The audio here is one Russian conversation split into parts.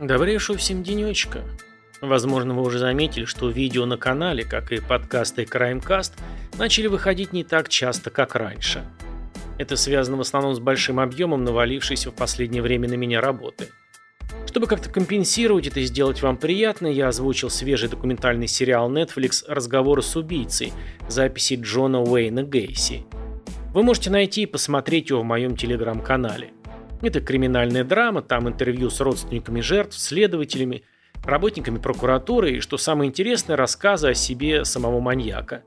Добрейшего всем денечка. Возможно, вы уже заметили, что видео на канале, как и подкасты и Краймкаст, начали выходить не так часто, как раньше. Это связано в основном с большим объемом навалившейся в последнее время на меня работы. Чтобы как-то компенсировать это и сделать вам приятно, я озвучил свежий документальный сериал Netflix «Разговоры с убийцей» записи Джона Уэйна Гейси. Вы можете найти и посмотреть его в моем телеграм-канале. Это криминальная драма, там интервью с родственниками жертв, следователями, работниками прокуратуры и, что самое интересное, рассказы о себе самого маньяка.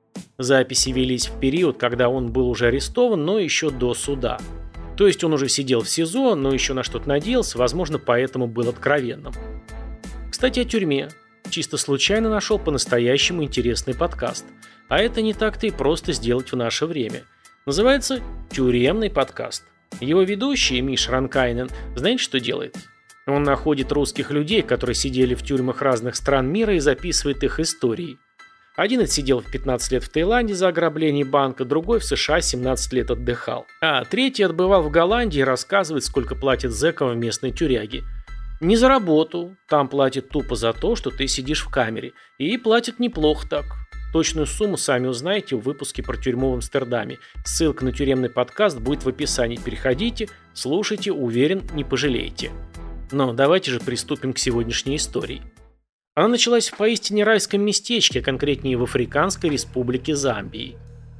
Записи велись в период, когда он был уже арестован, но еще до суда. То есть он уже сидел в СИЗО, но еще на что-то надеялся, возможно, поэтому был откровенным. Кстати, о тюрьме. Чисто случайно нашел по-настоящему интересный подкаст. А это не так-то и просто сделать в наше время. Называется «Тюремный подкаст». Его ведущий, Миш Ранкайнен, знаете, что делает? Он находит русских людей, которые сидели в тюрьмах разных стран мира, и записывает их истории. Один отсидел в 15 лет в Таиланде за ограбление банка, другой в США 17 лет отдыхал. А третий отбывал в Голландии и рассказывает, сколько платят зэкам в местной тюряге. Не за работу, там платят тупо за то, что ты сидишь в камере. И платят неплохо так. Точную сумму сами узнаете в выпуске про тюрьму в Амстердаме. Ссылка на тюремный подкаст будет в описании. Переходите, слушайте, уверен, не пожалеете. Но давайте же приступим к сегодняшней истории. Она началась в поистине райском местечке, конкретнее в Африканской республике Замбии.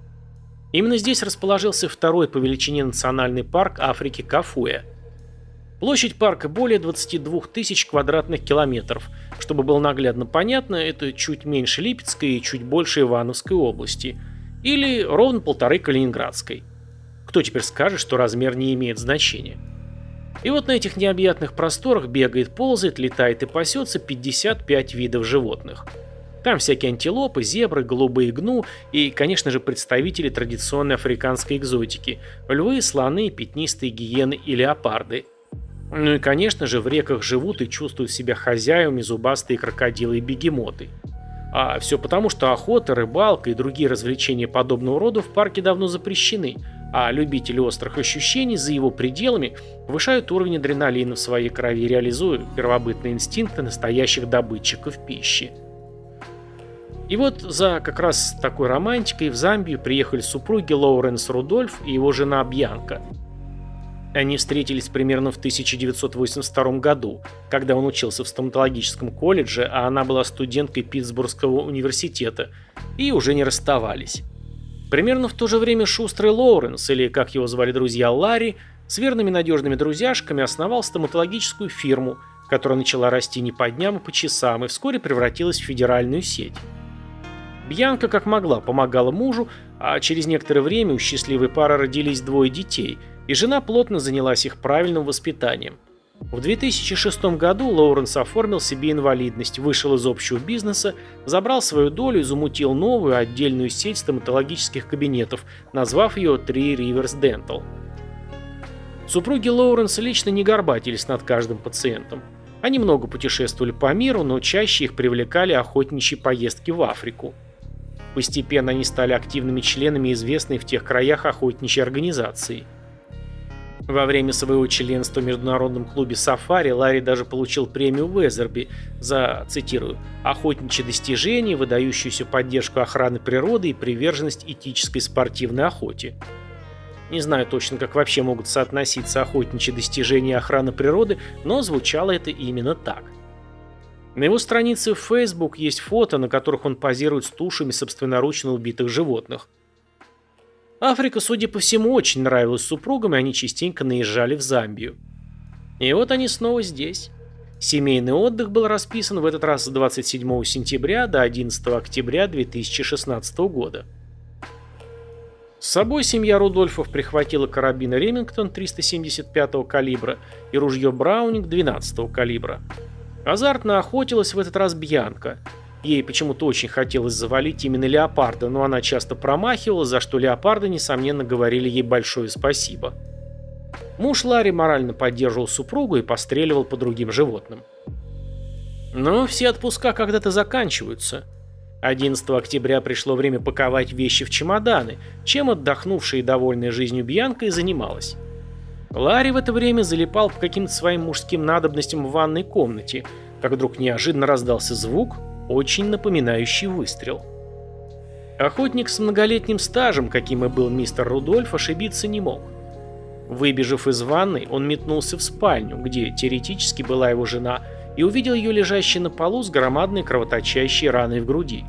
Именно здесь расположился второй по величине национальный парк Африки Кафуэ. Площадь парка более 22 тысяч квадратных километров. Чтобы было наглядно понятно, это чуть меньше Липецкой и чуть больше Ивановской области. Или ровно полторы Калининградской. Кто теперь скажет, что размер не имеет значения? И вот на этих необъятных просторах бегает, ползает, летает и пасется 55 видов животных. Там всякие антилопы, зебры, голубые гну и, конечно же, представители традиционной африканской экзотики – львы, слоны, пятнистые гиены и леопарды. Ну и, конечно же, в реках живут и чувствуют себя хозяевами зубастые крокодилы и бегемоты. А все потому, что охота, рыбалка и другие развлечения подобного рода в парке давно запрещены, а любители острых ощущений за его пределами повышают уровень адреналина в своей крови, реализуя первобытные инстинкты настоящих добытчиков пищи. И вот за как раз такой романтикой в Замбию приехали супруги Лоуренс Рудольф и его жена Бьянка. Они встретились примерно в 1982 году, когда он учился в стоматологическом колледже, а она была студенткой Питтсбургского университета, и уже не расставались. Примерно в то же время шустрый Лоуренс, или как его звали друзья Ларри, с верными надежными друзьяшками основал стоматологическую фирму, которая начала расти не по дням, а по часам, и вскоре превратилась в федеральную сеть. Бьянка как могла помогала мужу, а через некоторое время у счастливой пары родились двое детей, и жена плотно занялась их правильным воспитанием. В 2006 году Лоуренс оформил себе инвалидность, вышел из общего бизнеса, забрал свою долю и замутил новую отдельную сеть стоматологических кабинетов, назвав ее Three Rivers Dental. Супруги Лоуренса лично не горбатились над каждым пациентом. Они много путешествовали по миру, но чаще их привлекали охотничьи поездки в Африку. Постепенно они стали активными членами известной в тех краях охотничьей организации. Во время своего членства в международном клубе «Сафари» Ларри даже получил премию Уэзерби за, цитирую, «охотничьи достижения, выдающуюся поддержку охраны природы и приверженность этической спортивной охоте». Не знаю точно, как вообще могут соотноситься охотничьи достижения и охрана природы, но звучало это именно так. На его странице в Facebook есть фото, на которых он позирует с тушами собственноручно убитых животных. Африка, судя по всему, очень нравилась супругам, и они частенько наезжали в Замбию. И вот они снова здесь. Семейный отдых был расписан в этот раз с 27 сентября до 11 октября 2016 года. С собой семья Рудольфов прихватила карабин Ремингтон 375-го калибра и ружье Браунинг 12-го калибра. Азартно охотилась в этот раз Бьянка. Ей почему-то очень хотелось завалить именно леопарда, но она часто промахивалась, за что леопарды, несомненно, говорили ей большое спасибо. Муж Ларри морально поддерживал супругу и постреливал по другим животным. Но все отпуска когда-то заканчиваются. 11 октября пришло время паковать вещи в чемоданы, чем отдохнувшая и довольная жизнью Бьянка и занималась. Ларри в это время залипал по каким-то своим мужским надобностям в ванной комнате, как вдруг неожиданно раздался звук, очень напоминающий выстрел. Охотник с многолетним стажем, каким и был мистер Рудольф, ошибиться не мог. Выбежав из ванной, он метнулся в спальню, где теоретически была его жена, и увидел ее лежащей на полу с громадной кровоточащей раной в груди.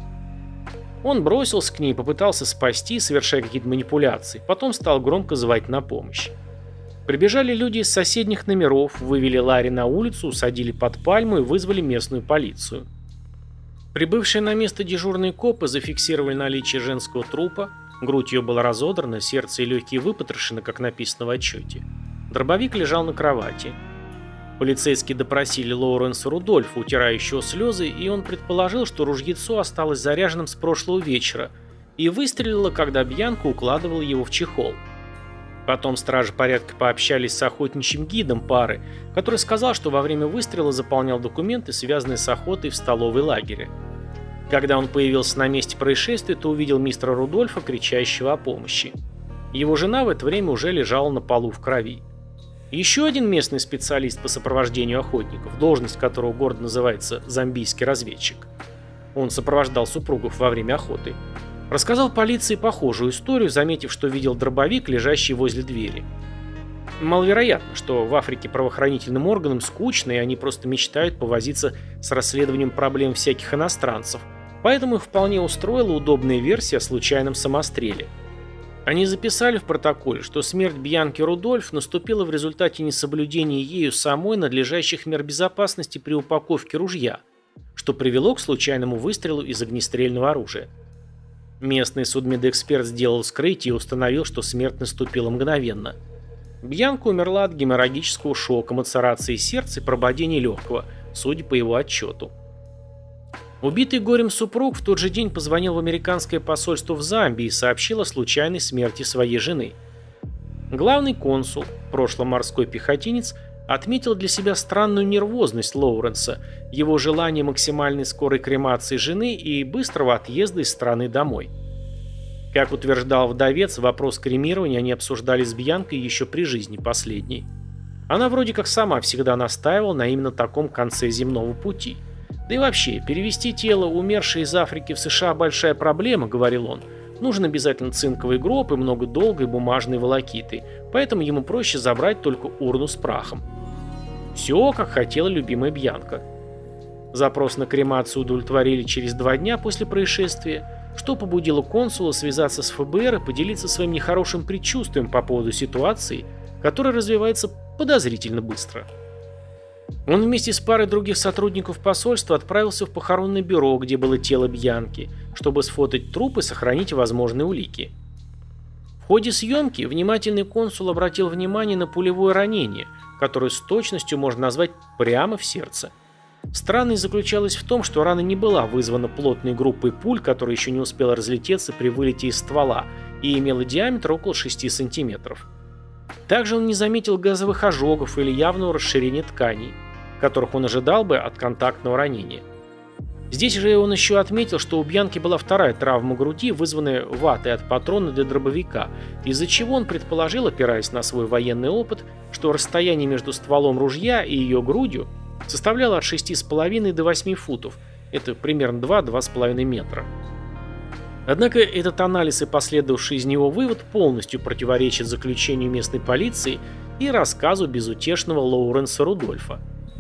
Он бросился к ней и попытался спасти, совершая какие-то манипуляции, потом стал громко звать на помощь. Прибежали люди из соседних номеров, вывели Ларри на улицу, усадили под пальму и вызвали местную полицию. Прибывшие на место дежурные копы зафиксировали наличие женского трупа, грудь ее была разодрана, сердце и легкие выпотрошены, как написано в отчете. Дробовик лежал на кровати. Полицейские допросили Лоуренса Рудольфа, утирающего слезы, и он предположил, что ружьецо осталось заряженным с прошлого вечера и выстрелило, когда Бьянка укладывала его в чехол. Потом стражи порядка пообщались с охотничьим гидом пары, который сказал, что во время выстрела заполнял документы, связанные с охотой в столовой лагере. Когда он появился на месте происшествия, то увидел мистера Рудольфа, кричащего о помощи. Его жена в это время уже лежала на полу в крови. Еще один местный специалист по сопровождению охотников, должность которого гордо называется «зомбийский разведчик». Он сопровождал супругов во время охоты. Рассказал полиции похожую историю, заметив, что видел дробовик, лежащий возле двери. Маловероятно, что в Африке правоохранительным органам скучно, и они просто мечтают повозиться с расследованием проблем всяких иностранцев, поэтому их вполне устроила удобная версия о случайном самостреле. Они записали в протоколе, что смерть Бьянки Рудольф наступила в результате несоблюдения ею самой надлежащих мер безопасности при упаковке ружья, что привело к случайному выстрелу из огнестрельного оружия. Местный судмедэксперт сделал вскрытие и установил, что смерть наступила мгновенно. Бьянка умерла от геморрагического шока, мацерации сердца и прободения легкого, судя по его отчету. Убитый горем супруг в тот же день позвонил в американское посольство в Замбии и сообщил о случайной смерти своей жены. Главный консул, в прошлом морской пехотинец, отметил для себя странную нервозность Лоуренса, его желание максимальной скорой кремации жены и быстрого отъезда из страны домой. Как утверждал вдовец, вопрос кремирования они обсуждали с Бьянкой еще при жизни последней. Она вроде как сама всегда настаивала на именно таком конце земного пути. Да и вообще, перевести тело умершей из Африки в США большая проблема, говорил он. Нужен обязательно цинковый гроб и много долгой бумажной волокиты, поэтому ему проще забрать только урну с прахом. Все, как хотела любимая Бьянка. Запрос на кремацию удовлетворили через 2 дня после происшествия, что побудило консула связаться с ФБР и поделиться своим нехорошим предчувствием по поводу ситуации, которая развивается подозрительно быстро. Он вместе с парой других сотрудников посольства отправился в похоронное бюро, где было тело Бьянки, чтобы сфотать труп и сохранить возможные улики. В ходе съемки внимательный консул обратил внимание на пулевое ранение, которое с точностью можно назвать прямо в сердце. Странность заключалась в том, что рана не была вызвана плотной группой пуль, которая еще не успела разлететься при вылете из ствола и имела диаметр около 6 сантиметров. Также он не заметил газовых ожогов или явного расширения тканей, которых он ожидал бы от контактного ранения. Здесь же он еще отметил, что у Бьянки была вторая травма груди, вызванная ватой от патрона для дробовика, из-за чего он предположил, опираясь на свой военный опыт, что расстояние между стволом ружья и ее грудью составляло от 6,5 до 8 футов, это примерно 2-2,5 метра. Однако этот анализ и последовавший из него вывод полностью противоречит заключению местной полиции и рассказу безутешного Лоуренса Рудольфа.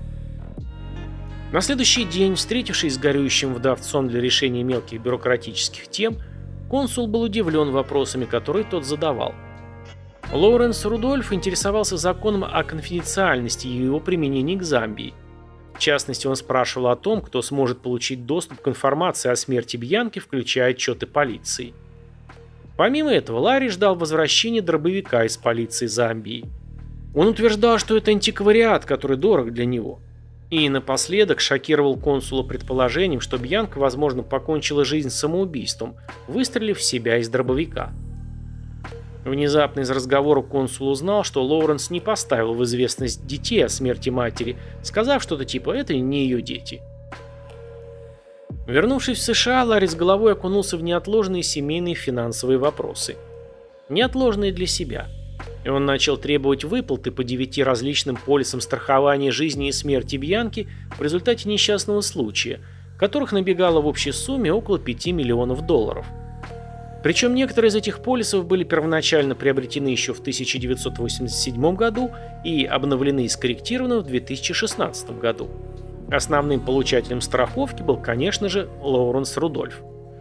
На следующий день, встретившись с горюющим вдовцом для решения мелких бюрократических тем, консул был удивлен вопросами, которые тот задавал. Лоуренс Рудольф интересовался законом о конфиденциальности и его применении к Замбии. В частности, он спрашивал о том, кто сможет получить доступ к информации о смерти Бьянки, включая отчеты полиции. Помимо этого, Ларри ждал возвращения дробовика из полиции Замбии. Он утверждал, что это антиквариат, который дорог для него. И напоследок шокировал консула предположением, что Бьянка, возможно, покончила жизнь самоубийством, выстрелив в себя из дробовика. Внезапно из разговора консул узнал, что Лоуренс не поставил в известность детей о смерти матери, сказав что-то типа «это не ее дети». Вернувшись в США, Ларри с головой окунулся в неотложные семейные финансовые вопросы. Неотложные для себя. И он начал требовать выплаты по 9 различным полисам страхования жизни и смерти Бьянки в результате несчастного случая, которых набегало в общей сумме около 5 миллионов долларов. Причем некоторые из этих полисов были первоначально приобретены еще в 1987 году и обновлены и скорректированы в 2016 году. Основным получателем страховки был, конечно же, Лоуренс Рудольф.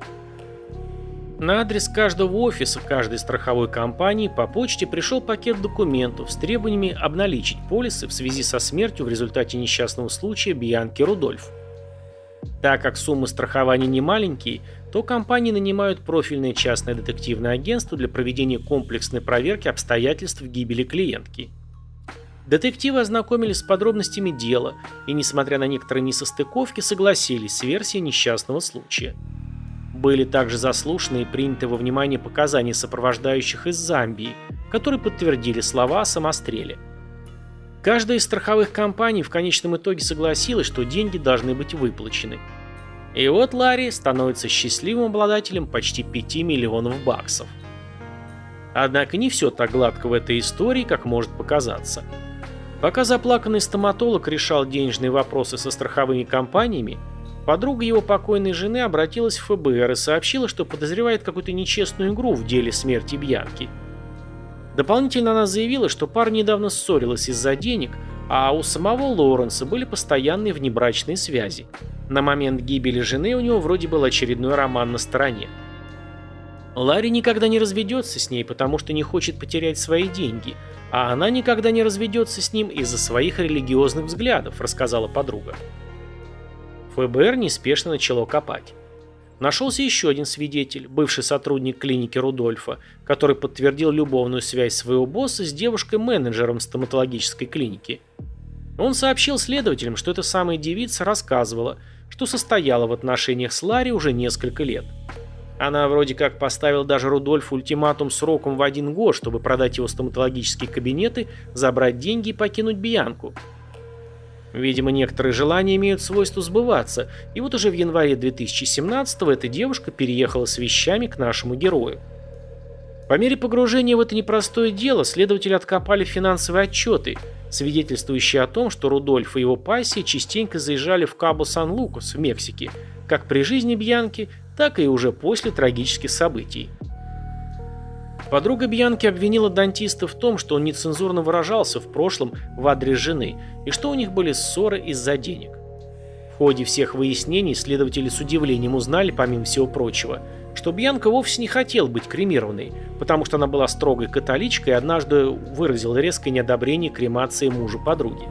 На адрес каждого офиса каждой страховой компании по почте пришел пакет документов с требованиями обналичить полисы в связи со смертью в результате несчастного случая Бьянки Рудольф. Так как суммы страхования не маленькие, то компании нанимают профильное частное детективное агентство для проведения комплексной проверки обстоятельств гибели клиентки. Детективы ознакомились с подробностями дела и, несмотря на некоторые несостыковки, согласились с версией несчастного случая. Были также заслушаны и приняты во внимание показания сопровождающих из Замбии, которые подтвердили слова о самостреле. Каждая из страховых компаний в конечном итоге согласилась, что деньги должны быть выплачены. И вот Ларри становится счастливым обладателем почти 5 миллионов баксов. Однако не все так гладко в этой истории, как может показаться. Пока заплаканный стоматолог решал денежные вопросы со страховыми компаниями, подруга его покойной жены обратилась в ФБР и сообщила, что подозревает какую-то нечестную игру в деле смерти Бьянки. Дополнительно она заявила, что пара недавно ссорилась из-за денег, а у самого Лоуренса были постоянные внебрачные связи. На момент гибели жены у него вроде был очередной роман на стороне. Ларри никогда не разведется с ней, потому что не хочет потерять свои деньги, а она никогда не разведется с ним из-за своих религиозных взглядов, рассказала подруга. ФБР неспешно начало копать. Нашелся еще один свидетель, бывший сотрудник клиники Рудольфа, который подтвердил любовную связь своего босса с девушкой-менеджером стоматологической клиники. Он сообщил следователям, что эта самая девица рассказывала, что состояла в отношениях с Ларри уже несколько лет. Она вроде как поставила даже Рудольфу ультиматум сроком в 1 год, чтобы продать его стоматологические кабинеты, забрать деньги и покинуть Бьянку. Видимо, некоторые желания имеют свойство сбываться, и вот уже в январе 2017-го эта девушка переехала с вещами к нашему герою. По мере погружения в это непростое дело следователи откопали финансовые отчеты, свидетельствующие о том, что Рудольф и его пассия частенько заезжали в Кабо-Сан-Лукас в Мексике, как при жизни Бьянки, так и уже после трагических событий. Подруга Бьянки обвинила дантиста в том, что он нецензурно выражался в прошлом в адрес жены и что у них были ссоры из-за денег. В ходе всех выяснений следователи с удивлением узнали, помимо всего прочего, что Бьянка вовсе не хотела быть кремированной, потому что она была строгой католичкой и однажды выразила резкое неодобрение кремации мужа подруги.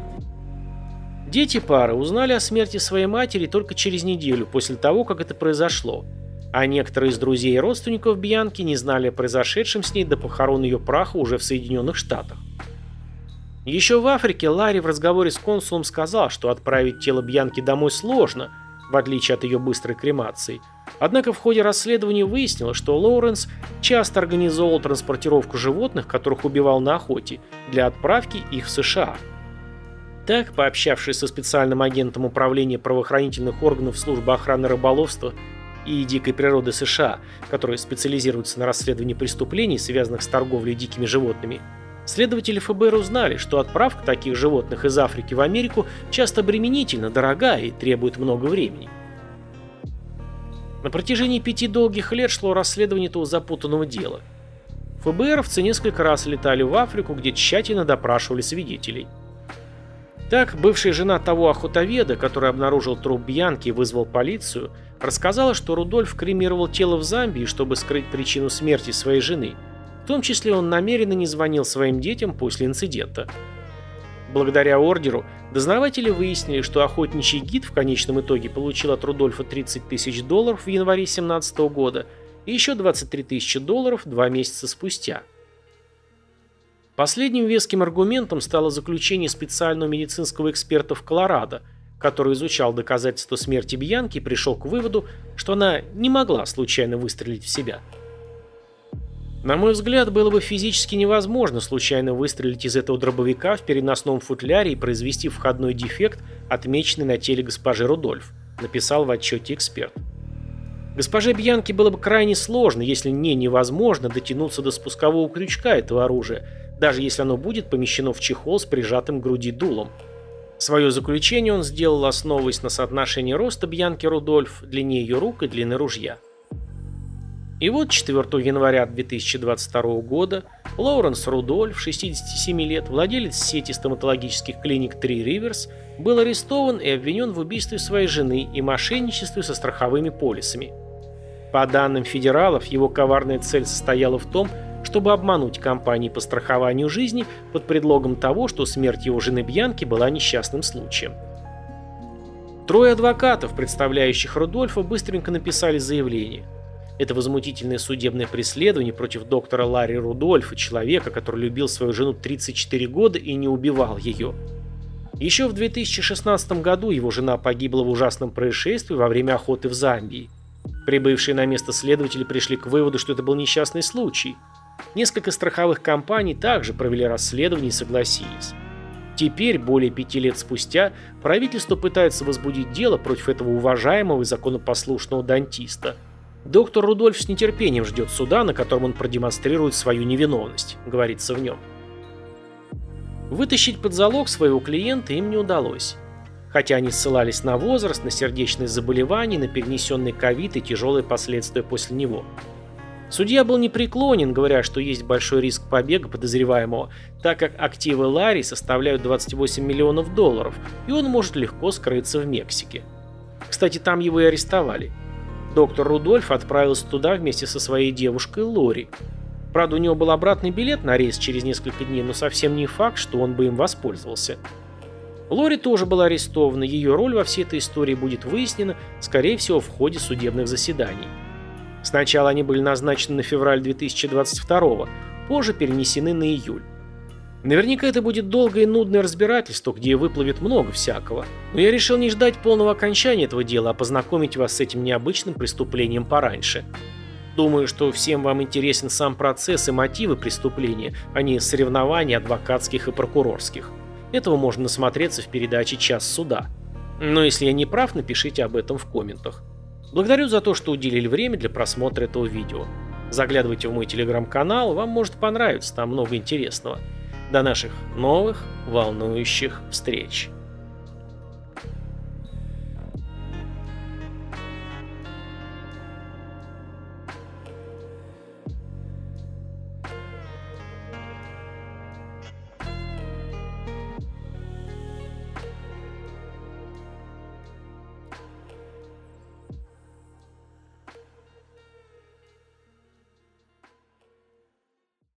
Дети пары узнали о смерти своей матери только через неделю после того, как это произошло, а некоторые из друзей и родственников Бьянки не знали о произошедшем с ней до похорон ее праха уже в Соединенных Штатах. Еще в Африке Ларри в разговоре с консулом сказал, что отправить тело Бьянки домой сложно, в отличие от ее быстрой кремации. Однако в ходе расследования выяснилось, что Лоуренс часто организовывал транспортировку животных, которых убивал на охоте, для отправки их в США. Так, пообщавшись со специальным агентом Управления правоохранительных органов Службы охраны рыболовства и дикой природы США, который специализируется на расследовании преступлений, связанных с торговлей дикими животными, следователи ФБР узнали, что отправка таких животных из Африки в Америку часто обременительна, дорога и требует много времени. На протяжении 5 долгих лет шло расследование этого запутанного дела. ФБРовцы несколько раз летали в Африку, где тщательно допрашивали свидетелей. Так, бывшая жена того охотоведа, который обнаружил труп Бьянки и вызвал полицию, рассказала, что Рудольф кремировал тело в Замбии, чтобы скрыть причину смерти своей жены. В том числе он намеренно не звонил своим детям после инцидента. Благодаря ордеру дознаватели выяснили, что охотничий гид в конечном итоге получил от Рудольфа $30 тысяч в январе 2017 года и еще $23 тысячи 2 месяца спустя. Последним веским аргументом стало заключение специального медицинского эксперта в Колорадо, который изучал доказательства смерти Бьянки и пришел к выводу, что она не могла случайно выстрелить в себя. На мой взгляд, было бы физически невозможно случайно выстрелить из этого дробовика в переносном футляре и произвести входной дефект, отмеченный на теле госпожи Рудольф, написал в отчете эксперт. Госпоже Бьянки было бы крайне сложно, если не невозможно, дотянуться до спускового крючка этого оружия, даже если оно будет помещено в чехол с прижатым к груди дулом. Свое заключение он сделал, основываясь на соотношении роста Бьянки Рудольф, длине ее рук и длины ружья. И вот 4 января 2022 года Лоуренс Рудольф, 67 лет, владелец сети стоматологических клиник Three Rivers, был арестован и обвинен в убийстве своей жены и мошенничестве со страховыми полисами. По данным федералов, его коварная цель состояла в том, чтобы обмануть компании по страхованию жизни под предлогом того, что смерть его жены Бьянки была несчастным случаем. Трое адвокатов, представляющих Рудольфа, быстренько написали заявление. Это возмутительное судебное преследование против доктора Ларри Рудольфа, человека, который любил свою жену 34 года и не убивал ее. Еще в 2016 году его жена погибла в ужасном происшествии во время охоты в Замбии. Прибывшие на место следователи пришли к выводу, что это был несчастный случай. Несколько страховых компаний также провели расследование и согласились. Теперь, более 5 лет спустя, правительство пытается возбудить дело против этого уважаемого и законопослушного дантиста. Доктор Рудольф с нетерпением ждет суда, на котором он продемонстрирует свою невиновность, говорится в нем. Вытащить под залог своего клиента им не удалось. Хотя они ссылались на возраст, на сердечные заболевания, на перенесенный ковид и тяжелые последствия после него. Судья был непреклонен, говоря, что есть большой риск побега подозреваемого, так как активы Ларри составляют $28 миллионов, и он может легко скрыться в Мексике. Кстати, там его и арестовали. Доктор Рудольф отправился туда вместе со своей девушкой Лори. Правда, у него был обратный билет на рейс через несколько дней, но совсем не факт, что он бы им воспользовался. Лори тоже была арестована, ее роль во всей этой истории будет выяснена, скорее всего, в ходе судебных заседаний. Сначала они были назначены на февраль 2022, позже перенесены на июль. Наверняка это будет долгое и нудное разбирательство, где выплывет много всякого. Но я решил не ждать полного окончания этого дела, а познакомить вас с этим необычным преступлением пораньше. Думаю, что всем вам интересен сам процесс и мотивы преступления, а не соревнования адвокатских и прокурорских. Этого можно насмотреться в передаче «Час суда». Но если я не прав, напишите об этом в комментах. Благодарю за то, что уделили время для просмотра этого видео. Заглядывайте в мой телеграм-канал, вам может понравиться, там много интересного. До наших новых волнующих встреч!